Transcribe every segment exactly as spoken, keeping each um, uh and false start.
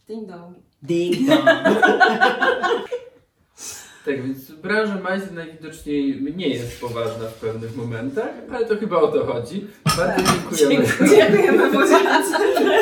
Ding dong. Ding dong. Tak więc branża majs najwidoczniej nie jest poważna w pewnych momentach, ale to chyba o to chodzi. Bardzo dziękujemy. Dziękujemy bardzo.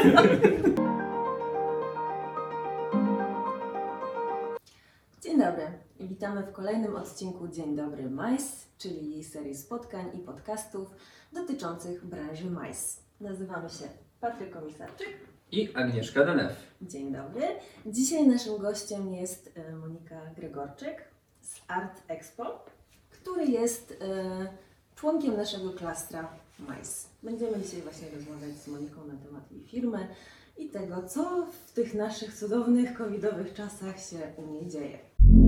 Dzień dobry i witamy w kolejnym odcinku Dzień Dobry Majs, czyli serii spotkań i podcastów dotyczących branży majs. Nazywamy się Patryk Komisarczyk. I Agnieszka Danew. Dzień dobry. Dzisiaj naszym gościem jest e, Monika Gregorczyk z Art Expo, który jest e, członkiem naszego klastra majs. Będziemy dzisiaj właśnie rozmawiać z Moniką na temat jej firmy i tego, co w tych naszych cudownych, covidowych czasach się u niej dzieje.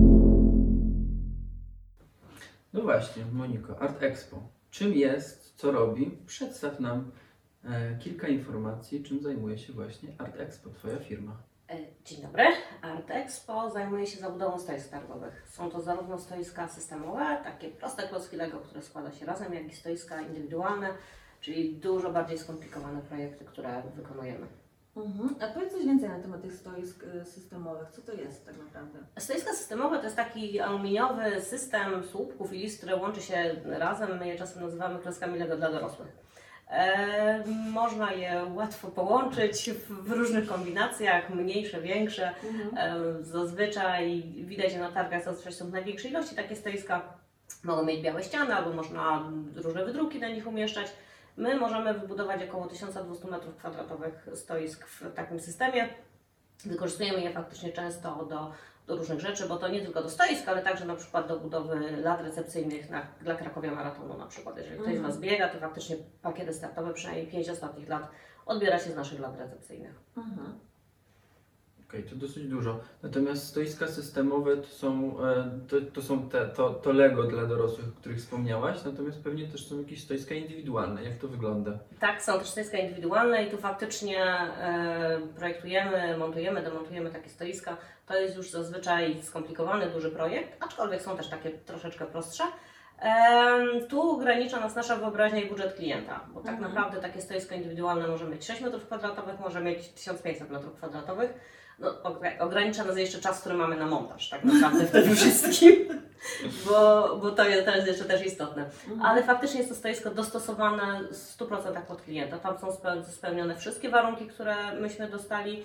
No właśnie, Moniko, Art Expo. Czym jest, co robi? Przedstaw nam e, kilka informacji, czym zajmuje się właśnie Art Expo, Twoja firma. Dzień dobry. Art Expo zajmuje się zabudową stoisk targowych. Są to zarówno stoiska systemowe, takie proste klocki Lego, które składa się razem, jak i stoiska indywidualne, czyli dużo bardziej skomplikowane projekty, które wykonujemy. Mhm. A powiedz coś więcej na temat tych stoisk y, systemowych. Co to jest tak naprawdę? Stoiska systemowe to jest taki aluminiowy system słupków i list, które łączy się razem. My je czasem nazywamy klockami Lego dla dorosłych. E, można je łatwo połączyć w, w różnych kombinacjach, mniejsze, większe. Mhm. E, zazwyczaj widać je na targach, zazwyczaj są w największej ilości. Takie stoiska mogą mieć białe ściany, albo można różne wydruki na nich umieszczać. My możemy wybudować około tysiąc dwieście metrów kwadratowych stoisk w takim systemie. Wykorzystujemy je faktycznie często do, do różnych rzeczy, bo to nie tylko do stoisk, ale także na przykład do budowy lat recepcyjnych na, dla Krakowia Maratonu na przykład. Jeżeli ktoś z Was biega, to faktycznie pakiety startowe, przynajmniej pięć ostatnich lat, odbiera się z naszych lat recepcyjnych. Mhm. Okej, to dosyć dużo. Natomiast stoiska systemowe to są, e, to, to, są te, to, to Lego dla dorosłych, o których wspomniałaś, natomiast pewnie też są jakieś stoiska indywidualne. Jak to wygląda? Tak, są też stoiska indywidualne i tu faktycznie e, projektujemy, montujemy, demontujemy takie stoiska. To jest już zazwyczaj skomplikowany, duży projekt, aczkolwiek są też takie troszeczkę prostsze. E, tu ogranicza nas nasza wyobraźnia i budżet klienta, bo tak Mhm. naprawdę takie stoisko indywidualne może mieć sześć metrów kwadratowych, może mieć tysiąc pięćset metrów kwadratowych. No, ogranicza nas jeszcze czas, który mamy na montaż, tak naprawdę w tym wszystkim, bo, bo to jest, to jest jeszcze też istotne. Mhm. Ale faktycznie jest to stoisko dostosowane w stu procentach pod klienta. Tam są spełnione wszystkie warunki, które myśmy dostali.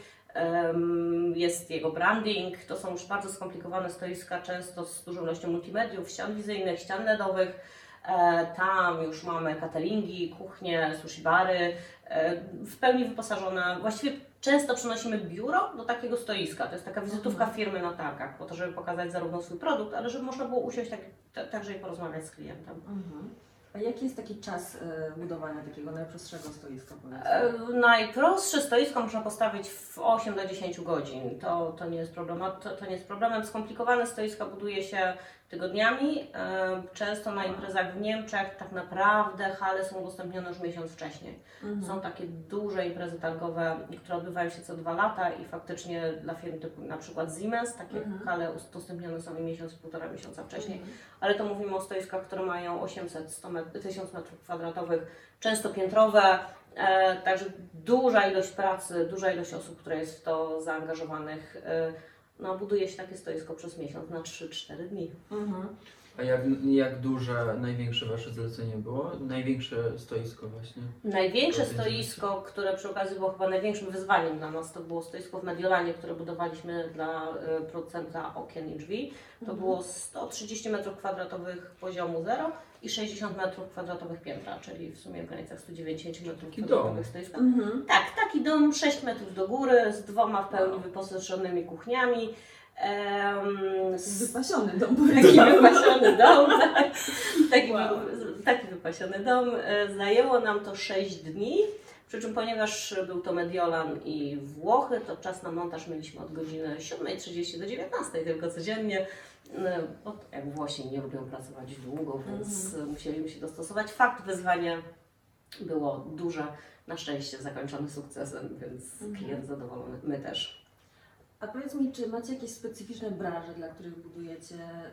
Jest jego branding, to są już bardzo skomplikowane stoiska, często z dużą ilością multimediów, ścian wizyjnych, ścian LEDowych. Tam już mamy cateringi, kuchnie, sushi bary, w pełni wyposażone. Właściwie często przenosimy biuro do takiego stoiska. To jest taka wizytówka firmy na targach, po to, żeby pokazać zarówno swój produkt, ale żeby można było usiąść tak, t- także i porozmawiać z klientem. Mhm. A jaki jest taki czas y, budowania takiego najprostszego stoiska, powiedzmy? E, najprostsze stoisko można postawić w osiem do dziesięciu godzin. To, to, nie jest problem, to, to nie jest problemem. Skomplikowane stoiska buduje się tygodniami. E, często na imprezach w Niemczech tak naprawdę hale są udostępnione już miesiąc wcześniej. Mhm. Są takie duże imprezy targowe, które odbywają się co dwa lata i faktycznie dla firm typu na przykład Siemens takie Mhm. hale udostępnione są i miesiąc, półtora miesiąca wcześniej. Mhm. Ale to mówimy o stoiskach, które mają osiemset sto met- tysiąc metrów kwadratowych, często piętrowe, e, także duża ilość pracy, duża ilość osób, które jest w to zaangażowanych. E, no, buduje się takie stoisko przez miesiąc na trzy cztery dni. Mhm. A jak, jak duże, największe Wasze zlecenie było? Największe stoisko właśnie? Największe Powiedzmy. stoisko, które przy okazji było chyba największym wyzwaniem dla nas, to było stoisko w Mediolanie, które budowaliśmy dla y, producenta okien i drzwi. To Mhm. było sto trzydzieści metrów kwadratowych poziomu zero i sześćdziesiąt metrów kwadratowych piętra, czyli w sumie w granicach stu dziewięćdziesięciu metrów Taki kwadratowych dom. stoiska. Mhm. Tak, taki dom sześć metrów do góry, z dwoma w pełni wyposażonymi kuchniami. Em, z Wypasiony dom. Taki wypasiony dom, tak. Taki, Wow. wy- taki wypasiony dom. E, Zajęło nam to sześć dni, przy czym ponieważ był to Mediolan i Włochy, to czas na montaż mieliśmy od godziny siódmej trzydzieści do dziewiętnastej tylko codziennie. E, Bo jak Włosi nie lubią pracować długo, więc Mhm. musieliśmy się dostosować. Fakt wyzwania było duże, na szczęście zakończony sukcesem, więc Mhm. klient zadowolony, my też. A powiedz mi, czy macie jakieś specyficzne branże, dla których budujecie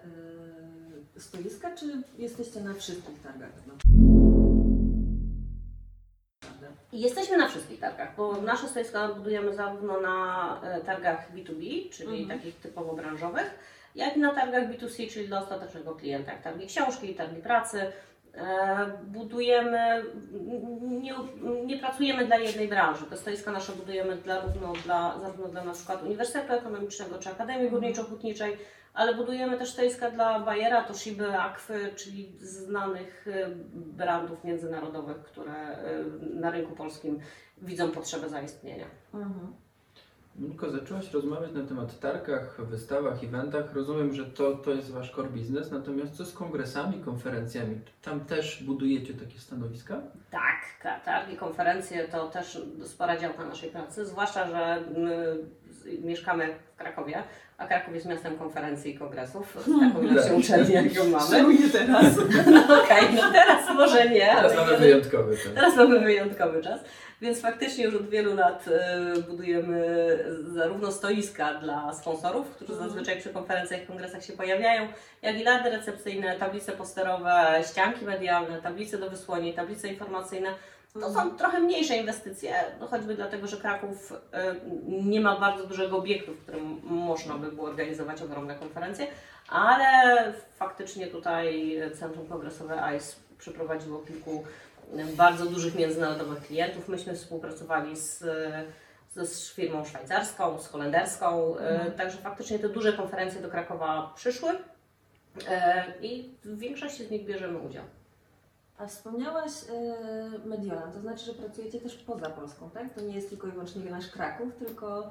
y, stoiska, czy jesteście na wszystkich targach? No. Naprawdę? Jesteśmy na wszystkich targach, bo nasze stoiska budujemy zarówno na e, targach B dwa B, czyli Mhm. takich typowo branżowych, jak i na targach B dwa C, czyli dla ostatecznego klienta, jak targi książki, targi pracy. E, budujemy, nie, nie pracujemy dla jednej branży. Te stoiska nasze budujemy dla, równo dla, zarówno dla na przykład Uniwersytetu Ekonomicznego czy Akademii Górniczo-Hutniczej, ale budujemy też stoiska dla Bayera, Toshiby, Aqufy, czyli znanych e, brandów międzynarodowych, które e, na rynku polskim widzą potrzebę zaistnienia. Mhm. Moniko, zaczęłaś rozmawiać na temat targach, wystawach, eventach. Rozumiem, że to, to jest Wasz core business, natomiast co z kongresami, konferencjami? Tam też budujecie takie stanowiska? Tak, ka- targi, konferencje to też spora działka naszej pracy, zwłaszcza, że my z- mieszkamy w Krakowie, a Kraków jest miastem konferencji i kongresów, z taką ilością uczelni, jak ją mamy. Szczególnie teraz. No okej, no teraz może nie, Teraz ale mamy wyjątkowy czas. teraz mamy wyjątkowy czas, więc faktycznie już od wielu lat e, budujemy zarówno stoiska dla sponsorów, którzy Mhm. zazwyczaj przy konferencjach i kongresach się pojawiają, jak i lardy recepcyjne, tablice posterowe, ścianki medialne, tablice do wysłania, tablice informacyjne. To są trochę mniejsze inwestycje, no choćby dlatego, że Kraków y, nie ma bardzo dużego obiektu, w którym można by było organizować ogromne konferencje, ale faktycznie tutaj Centrum Kongresowe I C E przeprowadziło kilku y, bardzo dużych międzynarodowych klientów. Myśmy współpracowali z, z, z firmą szwajcarską, z holenderską, y, Mhm. także faktycznie te duże konferencje do Krakowa przyszły y, i w większości z nich bierzemy udział. A wspomniałaś y, Mediolan, to znaczy, że pracujecie też poza Polską, tak? To nie jest tylko i wyłącznie nasz Kraków, tylko...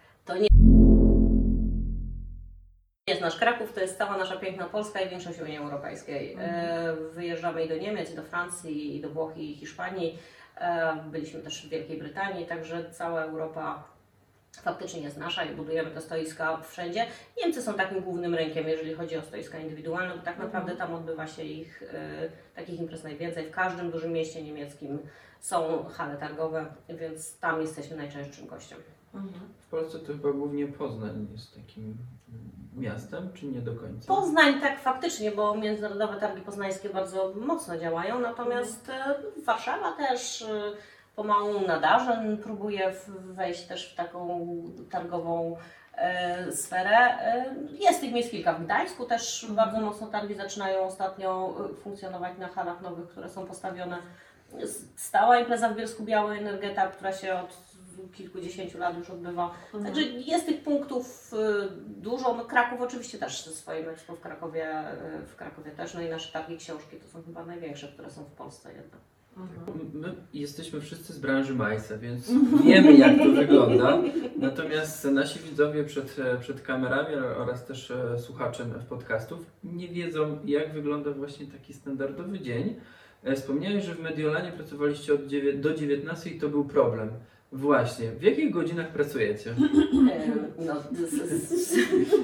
Jest nasz Kraków, to jest cała nasza piękna Polska i większość Unii Europejskiej. Mhm. E, wyjeżdżamy i do Niemiec, i do Francji, i do Włoch, i Hiszpanii. E, byliśmy też w Wielkiej Brytanii, także cała Europa faktycznie jest nasza i budujemy te stoiska wszędzie. Niemcy są takim głównym rynkiem, jeżeli chodzi o stoiska indywidualne, bo tak Mhm. naprawdę tam odbywa się ich e, takich imprez najwięcej. W każdym dużym mieście niemieckim są hale targowe, więc tam jesteśmy najczęstszym gościem. Mhm. W Polsce to chyba głównie Poznań jest takim mm, miastem, czy nie do końca? Poznań tak faktycznie, bo międzynarodowe targi poznańskie bardzo mocno działają, natomiast e, Warszawa też e, pomału na Darzyn próbuje w- wejść też w taką targową e, sferę. E, jest tych miejsc kilka. W Gdańsku też bardzo mocno targi zaczynają ostatnio e, funkcjonować na halach nowych, które są postawione. S- Stała impreza w Bielsku-Białej, Energeta, która się od kilkudziesięciu lat już odbywa. Także jest tych punktów y, dużo. No, Kraków oczywiście też ze swoim Expo w Krakowie, y, w Krakowie też. No i nasze targi książki to są chyba największe, które są w Polsce jednak. Mhm. My jesteśmy wszyscy z branży Majsa, więc wiemy, jak to wygląda. Natomiast nasi widzowie przed, przed kamerami oraz też e, słuchacze podcastów nie wiedzą, jak wygląda właśnie taki standardowy dzień. E, Wspomniałeś, że w Mediolanie pracowaliście od dziewię- do dziewiętnastej i to był problem. Właśnie, w jakich godzinach pracujecie? Y, No, z, z, z,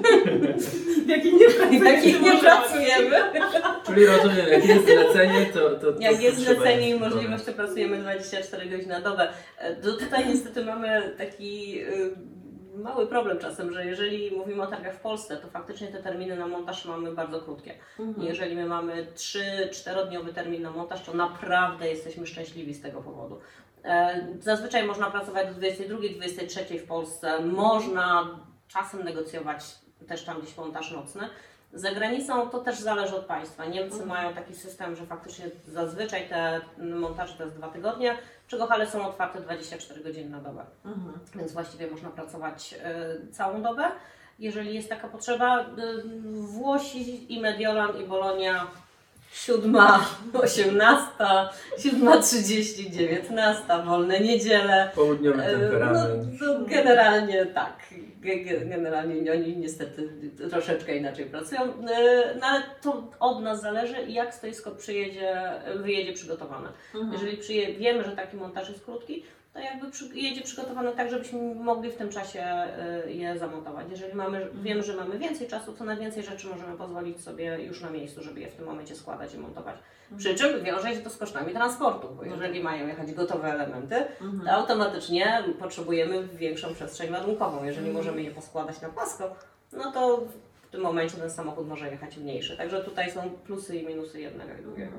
W jakich nie w jakich nie pracujemy. Czyli rozumiem, jak jest zlecenie, to... to, to Jak to jest trzeba zlecenie i wykonać. możliwość, to pracujemy dwadzieścia cztery godziny na dobę. E, To tutaj niestety mamy taki y, mały problem czasem, że jeżeli mówimy o targach w Polsce, to faktycznie te terminy na montaż mamy bardzo krótkie. Mhm. Jeżeli my mamy trzy czterodniowy termin na montaż, to naprawdę jesteśmy szczęśliwi z tego powodu. E, Zazwyczaj można pracować do dwudziestej drugiej, dwudziestej trzeciej w Polsce. Można czasem negocjować też tam gdzieś montaż nocny. Za granicą to też zależy od państwa. Niemcy Mhm. mają taki system, że faktycznie zazwyczaj te montaże to jest dwa tygodnie, czego hale są otwarte dwadzieścia cztery godziny na dobę. Mhm. Więc właściwie można pracować y, całą dobę, jeżeli jest taka potrzeba. Y, Włosi i Mediolan i Bolonia siódma, osiemnasta, siódma trzydzieści, dziewiętnasta, wolne niedziele. Południowy E, No, temperament. to generalnie tak. Ge- ge- Generalnie oni niestety troszeczkę inaczej pracują, E, no ale to od nas zależy, jak stoisko przyjedzie, wyjedzie przygotowane. Mhm. Jeżeli przyje, wiemy, że taki montaż jest krótki, to jakby przy, jedzie przygotowane tak, żebyśmy mogli w tym czasie y, je zamontować. Jeżeli mamy, wiemy, że mamy więcej czasu, to na więcej rzeczy możemy pozwolić sobie już na miejscu, żeby je w tym momencie składać i montować. Przy czym wiąże się to z kosztami transportu, bo jeżeli mają jechać gotowe elementy, Mhm. to automatycznie potrzebujemy większą przestrzeń ładunkową. Jeżeli Mhm. możemy je poskładać na płasko, no to w tym momencie ten samochód może jechać mniejszy. Także tutaj są plusy i minusy jednego i drugiego. Mhm.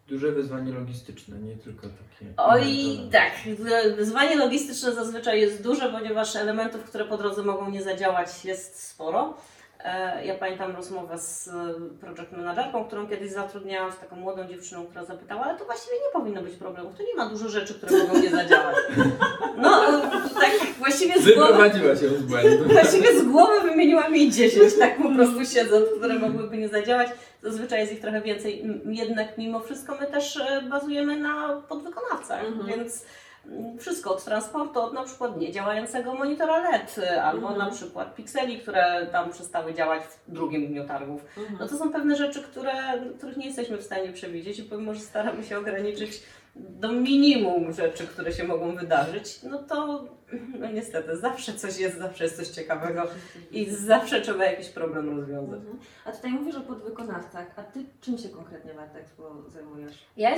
duże wyzwanie logistyczne, nie tylko takie... Oj, inwentowe. tak. Wyzwanie logistyczne zazwyczaj jest duże, ponieważ elementów, które po drodze mogą nie zadziałać, jest sporo. E, Ja pamiętam rozmowę z project managerką, którą kiedyś zatrudniałam, z taką młodą dziewczyną, która zapytała, ale to właściwie nie powinno być problemów, tu nie ma dużo rzeczy, które mogą nie zadziałać. No, tak właściwie z głowy, Wyprowadziła się z błędu. właściwie z głowy wymieniłam jej dziesięć, tak po prostu siedząc, które mogłyby nie zadziałać. Zazwyczaj jest ich trochę więcej, M- jednak mimo wszystko my też e, bazujemy na podwykonawcach, Mhm. więc mm, wszystko od transportu, od na przykład niedziałającego monitora L E D, albo Mhm. na przykład pikseli, które tam przestały działać w drugim dniu targów. Mhm. No to są pewne rzeczy, które, których nie jesteśmy w stanie przewidzieć i pomimo, że staramy się ograniczyć do minimum rzeczy, które się mogą wydarzyć, no to no niestety zawsze coś jest, zawsze jest coś ciekawego i zawsze trzeba jakiś problem rozwiązać. Mhm. A tutaj mówisz o podwykonawcach, a Ty czym się konkretnie w Art Expo zajmujesz? Ja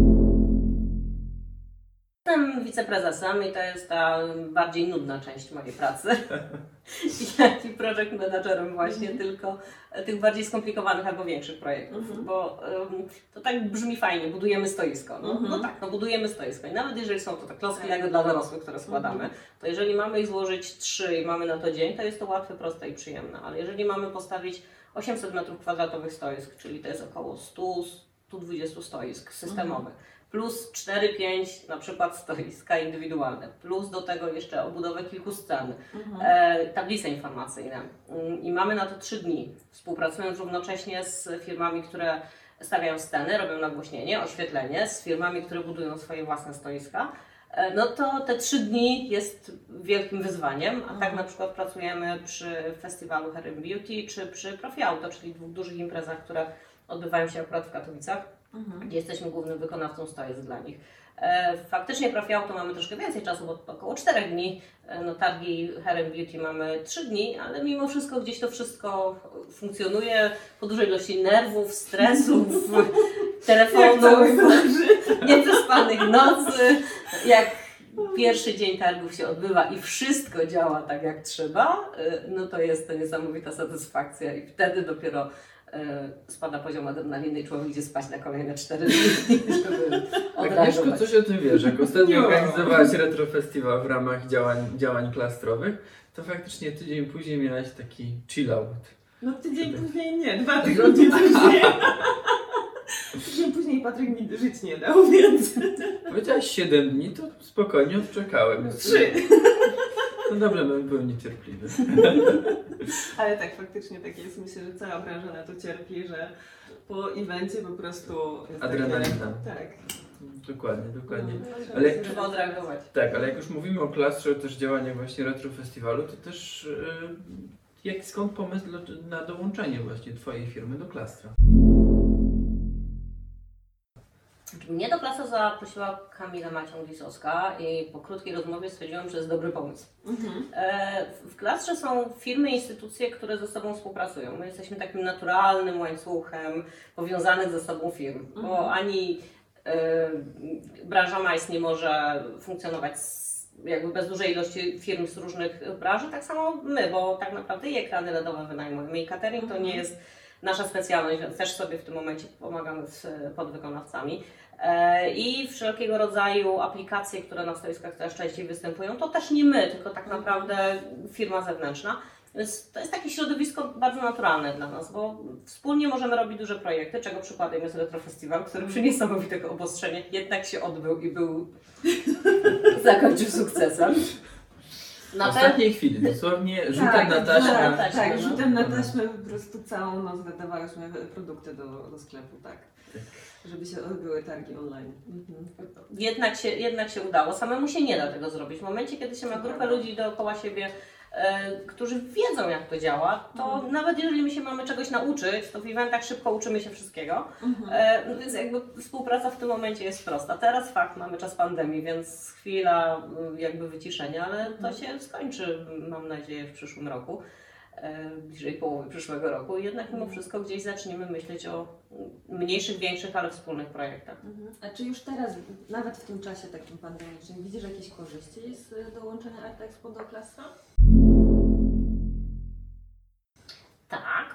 jestem wiceprezesem i to jest ta bardziej nudna część mojej pracy. Jak i project managerem właśnie, tylko tych bardziej skomplikowanych albo większych projektów, Mhm. bo um, to tak brzmi fajnie, budujemy stoisko. No, Mhm. no tak, no budujemy stoisko i nawet jeżeli są to te klocki Tak. Lego dla dorosłych, które składamy, Mhm. to jeżeli mamy ich złożyć trzy i mamy na to dzień, to jest to łatwe, proste i przyjemne, ale jeżeli mamy postawić osiemset metrów kwadratowych stoisk, czyli to jest około sto do stu dwudziestu stoisk systemowych, plus cztery pięć na przykład stoiska indywidualne, plus do tego jeszcze obudowę kilku scen, Mhm. e, tablice informacyjne Mm, i mamy na to trzy dni, współpracując równocześnie z firmami, które stawiają sceny, robią nagłośnienie, oświetlenie, z firmami, które budują swoje własne stoiska. E, No to te trzy dni jest wielkim wyzwaniem, a tak Mhm. na przykład pracujemy przy festiwalu Hair and Beauty czy przy Profi Auto, czyli dwóch dużych imprezach, które odbywają się akurat w Katowicach, Mhm. gdzie jesteśmy głównym wykonawcą stoisk dla nich. E, Faktycznie Profi Auto mamy troszkę więcej czasu, bo około czterech dni. E, No, targi Hair and Beauty mamy trzy dni, ale mimo wszystko gdzieś to wszystko funkcjonuje po dużej ilości nerwów, stresów, telefonów, nieprzespanych nocy. Jak pierwszy dzień targów się odbywa i wszystko działa tak jak trzeba, e, no to jest to niesamowita satysfakcja i wtedy dopiero e, spada poziom adrenaliny i człowiek idzie spać na kolejne cztery dni, żeby Agnieszko, odreagować. coś o tym wiesz, jak ostatnio No. organizowałaś retrofestiwal w ramach działań, działań klastrowych, to faktycznie tydzień później miałaś taki chill out. No tydzień później nie, dwa tygodnie później. Tydzień później Patryk mi żyć nie dał, więc Powiedziałaś siedem dni, to spokojnie odczekałem. trzy. No dobrze, byłem byłem niecierpliwy. Ale tak, faktycznie tak jest. Myślę, że cała branża na to cierpi, że po evencie po prostu jest Adrenalina. Takie, tak. Dokładnie, dokładnie. No, Ale- Trzeba odreagować. Tak, ale jak już mówimy o klastrze, też działaniach właśnie retrofestiwalu, to też yy, jak, skąd pomysł dla, na dołączenie właśnie Twojej firmy do klastra? Mnie do klasy zaprosiła Kamila Maciąg-Lisowska i po krótkiej rozmowie stwierdziłam, że jest dobry pomysł. Mhm. E, W klastrze są firmy i instytucje, które ze sobą współpracują. My jesteśmy takim naturalnym łańcuchem powiązanych ze sobą firm, bo Mhm. ani e, branża Mice nie może funkcjonować z, jakby bez dużej ilości firm z różnych branż, tak samo my, bo tak naprawdę i ekrany L E D owe wynajmujemy i catering to nie jest nasza specjalność, więc też sobie w tym momencie pomagamy z podwykonawcami. E, I wszelkiego rodzaju aplikacje, które na stoiskach też częściej występują, to też nie my, tylko tak naprawdę firma zewnętrzna. Więc to jest takie środowisko bardzo naturalne dla nas, bo wspólnie możemy robić duże projekty, czego przykładem jest Retrofestiwal, który przy niesamowitych obostrzeniach jednak się odbył i był zakończył sukcesem. W Na ostatniej chwili, dosłownie rzutem Tak, na taśmę. tak, tak. Tak, no. rzutem na taśmę po prostu całą noc wydawałyśmy produkty do, do sklepu, tak. Żeby się odbyły targi online. Mhm. Jednak się, jednak się udało. Samemu się nie da tego zrobić. W momencie, kiedy się ma grupę ludzi dookoła siebie, e, którzy wiedzą, jak to działa, to Mhm. nawet jeżeli my się mamy czegoś nauczyć, to w eventach szybko uczymy się wszystkiego. Mhm. E, no więc jakby współpraca w tym momencie jest prosta. Teraz fakt, mamy czas pandemii, więc chwila mm, jakby wyciszenia, ale to Mhm. się skończy, mam nadzieję, w przyszłym roku. e, Bliżej połowy przyszłego roku i jednak mimo wszystko gdzieś zaczniemy myśleć o mniejszych, większych, ale wspólnych projektach. Mhm. A czy już teraz, nawet w tym czasie takim pandemicznym, widzisz jakieś korzyści z y, dołączenia Art Expo do klastra? Tak,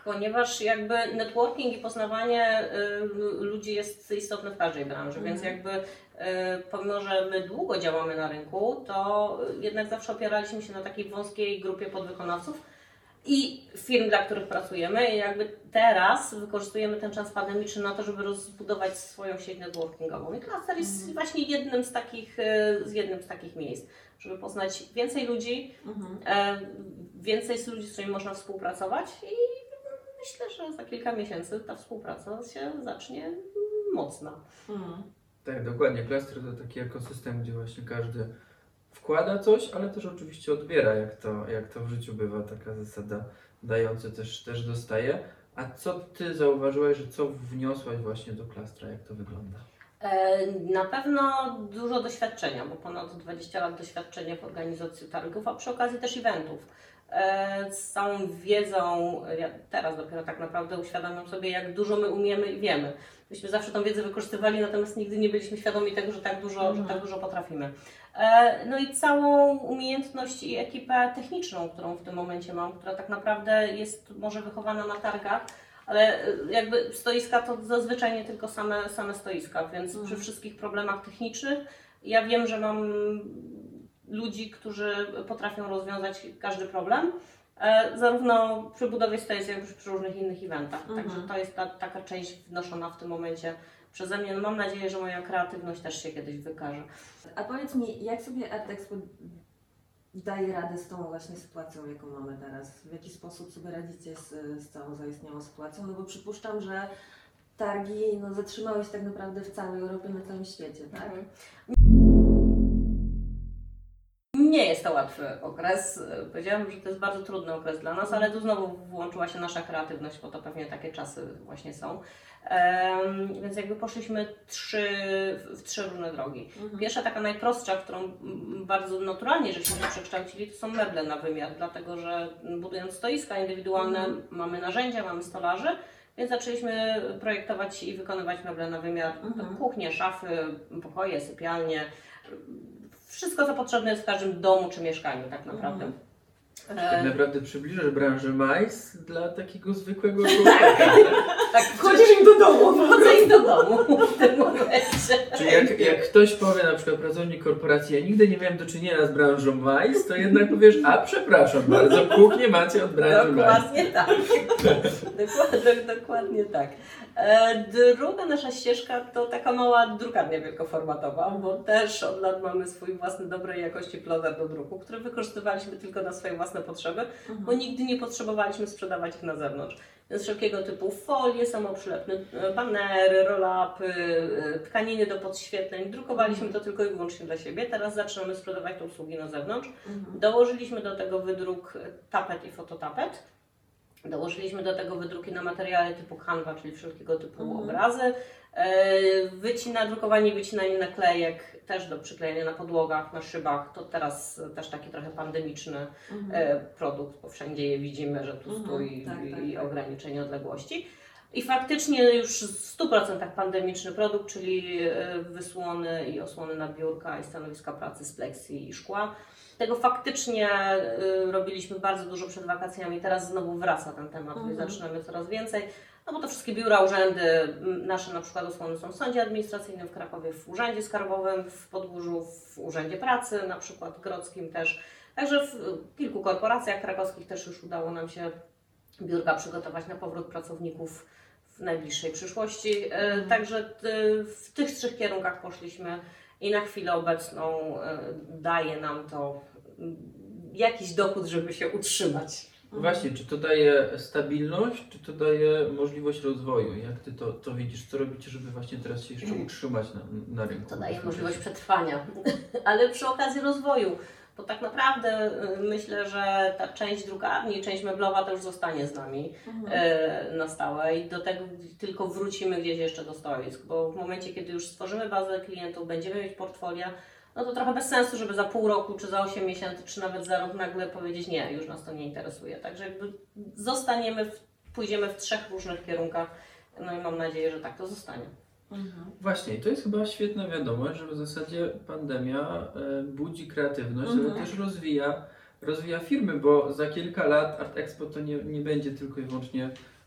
ponieważ jakby networking i poznawanie y, ludzi jest istotne w każdej branży, Mhm. więc jakby y, pomimo, że my długo działamy na rynku, to jednak zawsze opieraliśmy się na takiej wąskiej grupie podwykonawców i firm, dla których pracujemy. I jakby teraz wykorzystujemy ten czas pandemiczny na to, żeby rozbudować swoją sieć networkingową. I Cluster jest Mhm. właśnie jednym z takich, y, z jednym z takich miejsc, żeby poznać więcej ludzi, Mhm. e, więcej z ludzi, z którymi można współpracować i myślę, że za kilka miesięcy ta współpraca się zacznie mocna. Mhm. Tak, dokładnie. Cluster to taki ekosystem, gdzie właśnie każdy wkłada coś, ale też oczywiście odbiera, jak to, jak to w życiu bywa, taka zasada dający też, też dostaje. A co Ty zauważyłaś, że co wniosłaś właśnie do Clustra, jak to wygląda? E, Na pewno dużo doświadczenia, bo ponad dwadzieścia lat doświadczenia w organizacji targów, a przy okazji też eventów. E, Z całą wiedzą, ja teraz dopiero tak naprawdę uświadamiam sobie, jak dużo my umiemy i wiemy. Myśmy zawsze tą wiedzę wykorzystywali, natomiast nigdy nie byliśmy świadomi tego, że tak dużo, Mhm. że tak dużo potrafimy. E, No i całą umiejętność i ekipę techniczną, którą w tym momencie mam, która tak naprawdę jest może wychowana na targach, ale y, jakby stoiska to zazwyczaj nie tylko same, same stoiska, więc Mhm. przy wszystkich problemach technicznych ja wiem, że mam ludzi, którzy potrafią rozwiązać każdy problem, e, zarówno przy budowie stoisk, jak i przy różnych innych eventach. Mhm. Także to jest ta, taka część wnoszona w tym momencie przeze mnie. No mam nadzieję, że moja kreatywność też się kiedyś wykaże. A powiedz mi, jak sobie Art Expo daje radę z tą właśnie sytuacją, jaką mamy teraz? W jaki sposób sobie radzicie z, z całą zaistniałą sytuacją? No bo przypuszczam, że targi no, zatrzymały się tak naprawdę w całej Europie, na całym świecie, tak? Mhm. Nie jest to łatwy okres. Powiedziałam, że to jest bardzo trudny okres dla nas, ale tu znowu włączyła się nasza kreatywność, bo to pewnie takie czasy właśnie są. Em, więc jakby poszliśmy trzy, w trzy różne drogi. Mhm. Pierwsza, taka najprostsza, którą mm, bardzo naturalnie żeśmy się przekształcili, to są meble na wymiar, dlatego że budując stoiska indywidualne Mhm. mamy narzędzia, mamy stolarzy, więc zaczęliśmy projektować i wykonywać meble na wymiar. Mhm. Kuchnie, szafy, pokoje, sypialnie, wszystko co potrzebne jest w każdym domu czy mieszkaniu tak naprawdę. Mhm. Tak E, naprawdę przybliżasz branżę Majs dla takiego zwykłego człowieka. tak, Wchodzisz im do domu! wchodzę im do domu w tym momencie. Czyli jak, jak ktoś powie, na przykład pracownik korporacji, ja nigdy nie miałem do czynienia z branżą Majs, to jednak powiesz, a przepraszam bardzo, kuchnię macie od branży Majs. Dokładnie tak. Dokładnie, dokładnie tak. E, Druga nasza ścieżka to taka mała drukarnia wielkoformatowa, bo też od lat mamy swój własny dobrej jakości ploter do druku, który wykorzystywaliśmy tylko na swoje własne potrzeby, bo nigdy nie potrzebowaliśmy sprzedawać ich na zewnątrz. Więc wszelkiego typu folie samoprzylepne, banery, roll-upy, tkaniny do podświetleń, drukowaliśmy to tylko i wyłącznie dla siebie. Teraz zaczynamy sprzedawać te usługi na zewnątrz. Mhm. Dołożyliśmy do tego wydruk tapet i fototapet. Dołożyliśmy do tego wydruki na materiały typu Canva, czyli wszelkiego typu Mhm. obrazy. E, Wycina, drukowanie i wycinanie naklejek też do przyklejenia na podłogach, na szybach. To teraz też taki trochę pandemiczny Mhm. e, produkt, bo wszędzie je widzimy, że tu Mhm, stój tak, tak, i tak. ograniczenie odległości. I faktycznie już w stu procentach pandemiczny produkt, czyli e, wysłony i osłony na biurka i stanowiska pracy z pleksji i szkła. Tego faktycznie y, robiliśmy bardzo dużo przed wakacjami, teraz znowu wraca ten temat, Mhm. więc zaczynamy coraz więcej. No bo to wszystkie biura, urzędy, m, nasze na przykład osłony są w Sądzie Administracyjnym w Krakowie, w Urzędzie Skarbowym, w Podgórzu, w Urzędzie Pracy, na przykład grodzkim też. Także w kilku korporacjach krakowskich też już udało nam się biurka przygotować na powrót pracowników w najbliższej przyszłości. Y, Mhm. Także y, w tych trzech kierunkach poszliśmy. I na chwilę obecną e, daje nam to mm, jakiś dochód, żeby się utrzymać. Właśnie, czy to daje stabilność, czy to daje możliwość rozwoju? Jak Ty to, to widzisz? Co robicie, żeby właśnie teraz się jeszcze utrzymać na, na rynku? To daje możliwość przetrwania, ale przy okazji rozwoju. Bo tak naprawdę y, myślę, że ta część drukarni, część meblowa to już zostanie z nami Mhm. e, na stałe i do tego tylko wrócimy gdzieś jeszcze do stoisk, bo w momencie, kiedy już stworzymy bazę klientów, będziemy mieć portfolio, no to trochę bez sensu, żeby za pół roku, czy za osiem miesięcy, czy nawet za rok nagle powiedzieć nie, już nas to nie interesuje. Także jakby zostaniemy, w, pójdziemy w trzech różnych kierunkach, no i mam nadzieję, że tak to zostanie. Mhm. Właśnie, i to jest chyba świetna wiadomość, że w zasadzie pandemia e, budzi kreatywność, Mhm. ale też rozwija, rozwija firmy, bo za kilka lat Art Expo to nie, nie będzie tylko i wyłącznie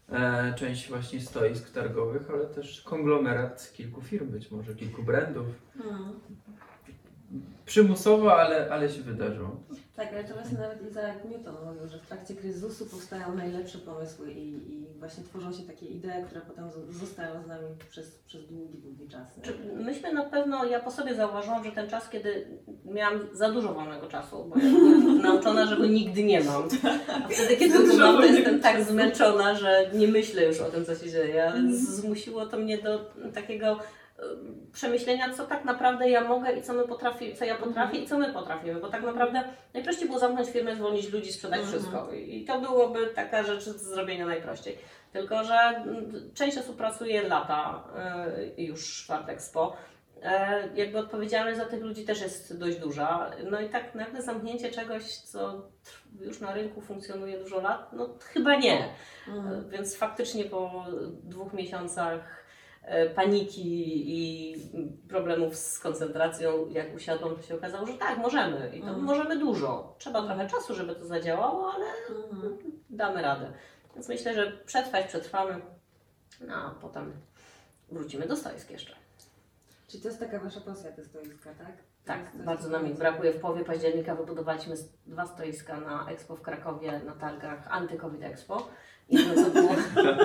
e, część właśnie stoisk targowych, ale też konglomerat kilku firm, być może kilku brandów. Hmm. Przymusowo, ale, ale się wydarzyło. Tak, ale to właśnie nawet Isaac Newton mówił, że w trakcie kryzysu powstają najlepsze pomysły i, i właśnie tworzą się takie idee, które potem z- zostają z nami przez, przez długi, długi czas. nie? Czy myśmy na pewno, ja po sobie zauważyłam, że ten czas, kiedy miałam za dużo wolnego czasu, bo ja byłam nauczona, że go nigdy nie mam. A wtedy, kiedy go mam, to jestem tak zmęczona, że nie myślę już o tym, co się dzieje, ale zmusiło to mnie do takiego e, przemyślenia, co tak naprawdę ja mogę i co my potrafi, co ja potrafię i co my potrafimy, bo tak naprawdę najprościej było zamknąć firmę, zwolnić ludzi, sprzedać Mhm. wszystko i to byłoby taka rzecz do zrobienia najprościej. Tylko że mm, część osób pracuje lata y, już w Art Expo. E, jakby odpowiedzialność za tych ludzi też jest dość duża. No i tak nagle zamknięcie czegoś, co tr- już na rynku funkcjonuje dużo lat, no chyba nie. Mhm. E, Więc faktycznie po dwóch miesiącach e, paniki i problemów z koncentracją, jak usiadłam, to się okazało, że tak, możemy. I to Mhm. możemy dużo. Trzeba trochę czasu, żeby to zadziałało, ale Mhm. damy radę. Więc myślę, że przetrwać, przetrwamy, no a potem wrócimy do stoisk jeszcze. Czyli to jest taka wasza pasja, te stoiska, tak? To Tak, jest- to jest bardzo taka nam ich pasja. brakuje. W połowie października wybudowaliśmy s- dwa stoiska na Expo w Krakowie, na targach Anty-Covid Expo. Jedno to było...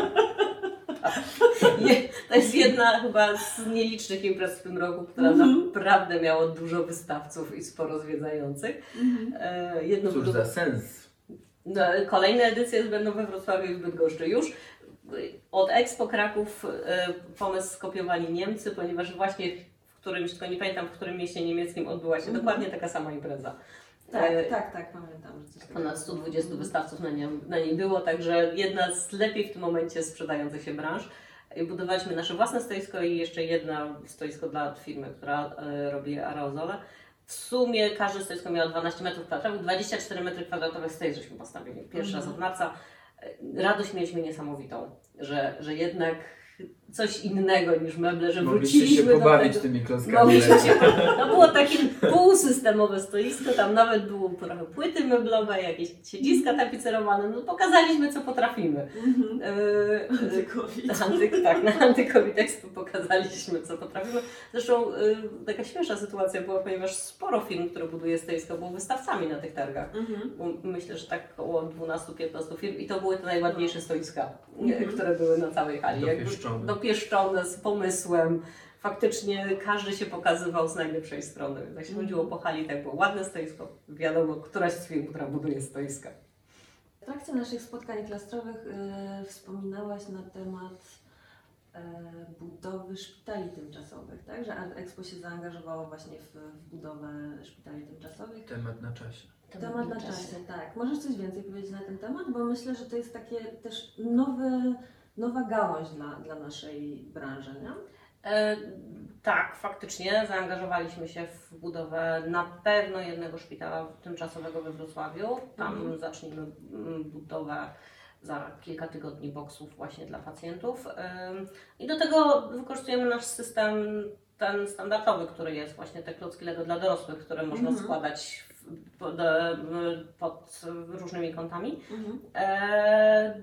Nie, to jest jedna chyba z nielicznych imprez w tym roku, która Mhm. naprawdę miała dużo wystawców i sporo zwiedzających. Mhm. E, Jedno Cóż było- za sens. No, kolejne edycje będą we Wrocławiu i w Bydgoszczy już. Od Expo Kraków e, pomysł skopiowali Niemcy, ponieważ właśnie w którymś, tylko nie pamiętam w którym mieście niemieckim odbyła się Mhm. dokładnie taka sama impreza. Tak, E, tak, tak, pamiętam. Że coś takiego. Ponad sto dwadzieścia wystawców na, nie, na niej było, także jedna z lepiej w tym momencie sprzedających się branż. I budowaliśmy nasze własne stoisko i jeszcze jedno stoisko dla firmy, która e, robi aerozole. W sumie każde stoisko miało dwanaście metrów kwadratowych, dwadzieścia cztery metry kwadratowe stoisk żeśmy postawili. Pierwszy raz Mhm. od marca. E, Radość mieliśmy niesamowitą, że, że jednak coś innego niż meble, że Mogliście się wróciliśmy do pobawić tego. tymi klockami. Mogliśmy się, to było takie półsystemowe stoisko, tam nawet było trochę płyty meblowe, jakieś siedziska tapicerowane, no pokazaliśmy co potrafimy. Mhm. Yy, Anty-Covid. Anty, tak, na Anty-Covid Expo pokazaliśmy co potrafimy. Zresztą yy, taka śmieszna sytuacja była, ponieważ sporo firm, które buduje stoisko, było wystawcami na tych targach. Mhm. Bo myślę, że tak około dwanaście piętnaście firm i to były te najładniejsze stoiska, Mhm. które były na całej hali. Jakby Dopieszczone. dopieszczone, z pomysłem. Faktycznie każdy się pokazywał z najlepszej strony. Jak się chodziło po hali, tak było ładne stoisko. Wiadomo, któraś z firm, która buduje stoiska. W trakcie naszych spotkań klastrowych y, wspominałaś na temat y, budowy szpitali tymczasowych, tak? Że Art Expo się zaangażowało właśnie w, w budowę szpitali tymczasowych. Temat na czasie. Temat na czasie, tak. Możesz coś więcej powiedzieć na ten temat? Bo myślę, że to jest takie też nowe, nowa gałąź dla, dla naszej branży, nie? E, tak, faktycznie zaangażowaliśmy się w budowę na pewno jednego szpitala tymczasowego we Wrocławiu. Tam Mhm. zaczniemy mm, budowę za kilka tygodni boksów właśnie dla pacjentów. Ym, I do tego wykorzystujemy nasz system ten standardowy, który jest właśnie te klocki Lego dla dorosłych, które można Mhm. składać w, pod, e, pod różnymi kątami. Mhm. E,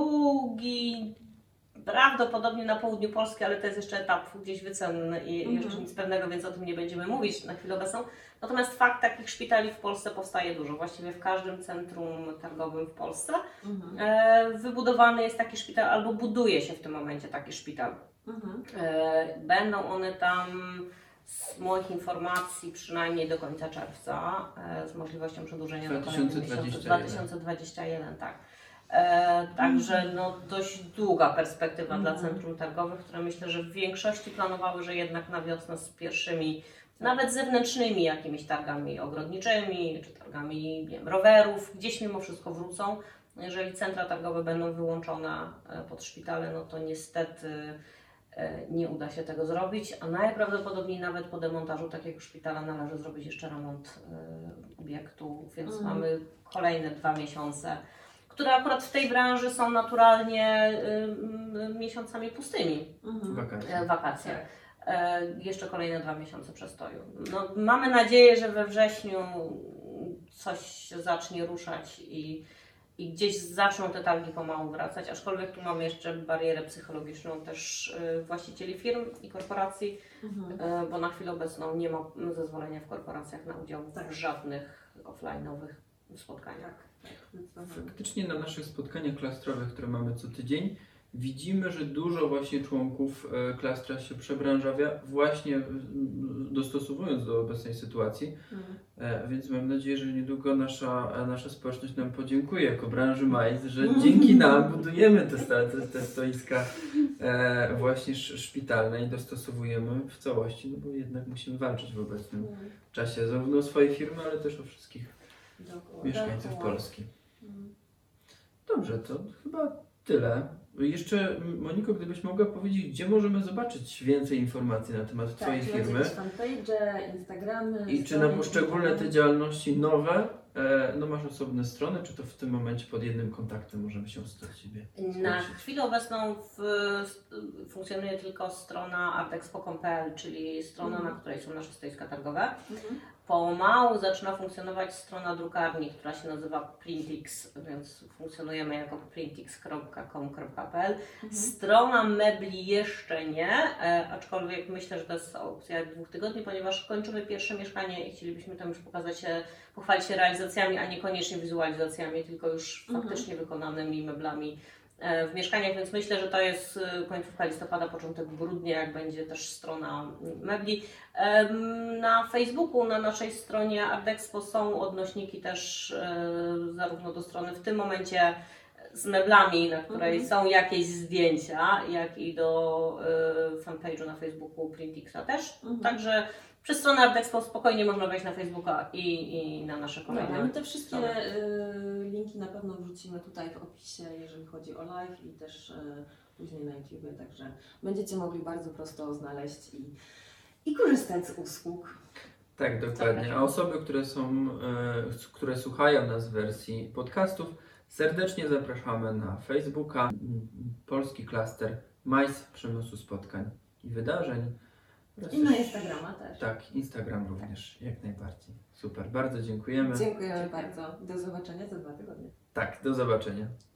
drugi prawdopodobnie na południu Polski, ale to jest jeszcze etap gdzieś wycenny i Mhm. jeszcze nic pewnego, więc o tym nie będziemy mówić na chwilę obecną. Natomiast fakt, takich szpitali w Polsce powstaje dużo. Właściwie w każdym centrum targowym w Polsce Mhm. e, wybudowany jest taki szpital albo buduje się w tym momencie taki szpital. Mhm. E, będą one tam z moich informacji przynajmniej do końca czerwca e, z możliwością przedłużenia do kolejnych dwa tysiące miesięcy. dwudziesty dwa tysiące dwudziesty pierwszy, tak. E, także no, dość długa perspektywa Mhm. dla centrum targowych, które myślę, że w większości planowały, że jednak na wiosnę z pierwszymi, nawet zewnętrznymi jakimiś targami ogrodniczymi, czy targami nie wiem, rowerów, gdzieś mimo wszystko wrócą. Jeżeli centra targowe będą wyłączone e, pod szpitale, no to niestety e, nie uda się tego zrobić, a najprawdopodobniej nawet po demontażu takiego szpitala należy zrobić jeszcze remont e, obiektu, więc Mhm. mamy kolejne dwa miesiące, które akurat w tej branży są naturalnie y, y, miesiącami pustymi, Mhm. Wakacje. e, wakacje. Tak. E, jeszcze kolejne dwa miesiące przestoju. No, mamy nadzieję, że we wrześniu coś się zacznie ruszać i, i gdzieś zaczną te targi pomału wracać, aczkolwiek tu mamy jeszcze barierę psychologiczną też y, właścicieli firm i korporacji, Mhm. y, bo na chwilę obecną nie ma zezwolenia w korporacjach na udział Tak. w żadnych offline'owych spotkaniach. Tak, tak, zdecydowanie. Faktycznie na naszych spotkaniach klastrowych, które mamy co tydzień, widzimy, że dużo właśnie członków e, klastra się przebranżawia, właśnie mm, dostosowując do obecnej sytuacji. Mhm. E, Więc mam nadzieję, że niedługo nasza, e, nasza społeczność nam podziękuje jako branży Majs, że dzięki nam budujemy te, sta- te, te stoiska e, właśnie sz, szpitalne i dostosowujemy w całości, no bo jednak musimy walczyć w obecnym czasie zarówno o swoje firmy, ale też o wszystkich Dookoła. mieszkańców Dookoła. Polski. Mhm. Dobrze, to chyba tyle. Jeszcze Moniko, gdybyś mogła powiedzieć, gdzie możemy zobaczyć więcej informacji na temat Twojej Tak, firmy macie fanpage, Instagramy. i czy na strony poszczególne te internetowe. działalności nowe, e, no masz osobne strony, czy to w tym momencie pod jednym kontaktem możemy się do Ciebie Na zgłosić? chwilę obecną w, funkcjonuje tylko strona artexpo kropka com kropka p l, czyli strona, Mhm. na której są nasze stoiska targowe. Mhm. Pomału zaczyna funkcjonować strona drukarni, która się nazywa Printix, więc funkcjonujemy jako printix kropka com kropka p l. Mhm. Strona mebli jeszcze nie, e, aczkolwiek myślę, że to jest opcja dwóch tygodni, ponieważ kończymy pierwsze mieszkanie i chcielibyśmy tam już pokazać się, pochwalić się realizacjami, a niekoniecznie wizualizacjami, tylko już Mhm. faktycznie wykonanymi meblami e, w mieszkaniach, więc myślę, że to jest e, końcówka listopada, początek grudnia, jak będzie też strona mebli. Em, Na Facebooku, na naszej stronie Artexpo są odnośniki też e, zarówno do strony w tym momencie z meblami, na której Mhm. są jakieś zdjęcia, jak i do e, fanpage'u na Facebooku Printixa też. Mhm. Także przez stronę Artexpo spokojnie można wejść na Facebooka i, i na nasze Dobra, kolejne. my te wszystkie strony. y, linki na pewno wrzucimy tutaj w opisie, jeżeli chodzi o live i też y, później na YouTubie, także będziecie mogli bardzo prosto znaleźć i, i korzystać z usług. Tak, dokładnie. A osoby, które są, e, s- które słuchają nas w wersji podcastów, serdecznie zapraszamy na Facebooka, m, Polski Klaster Majs Przemysłu Spotkań i Wydarzeń. oraz I na też- Instagrama też. Tak, Instagram również, jak najbardziej. Super, bardzo dziękujemy. Dziękujemy bardzo. Do zobaczenia za dwa tygodnie. Tak, do zobaczenia.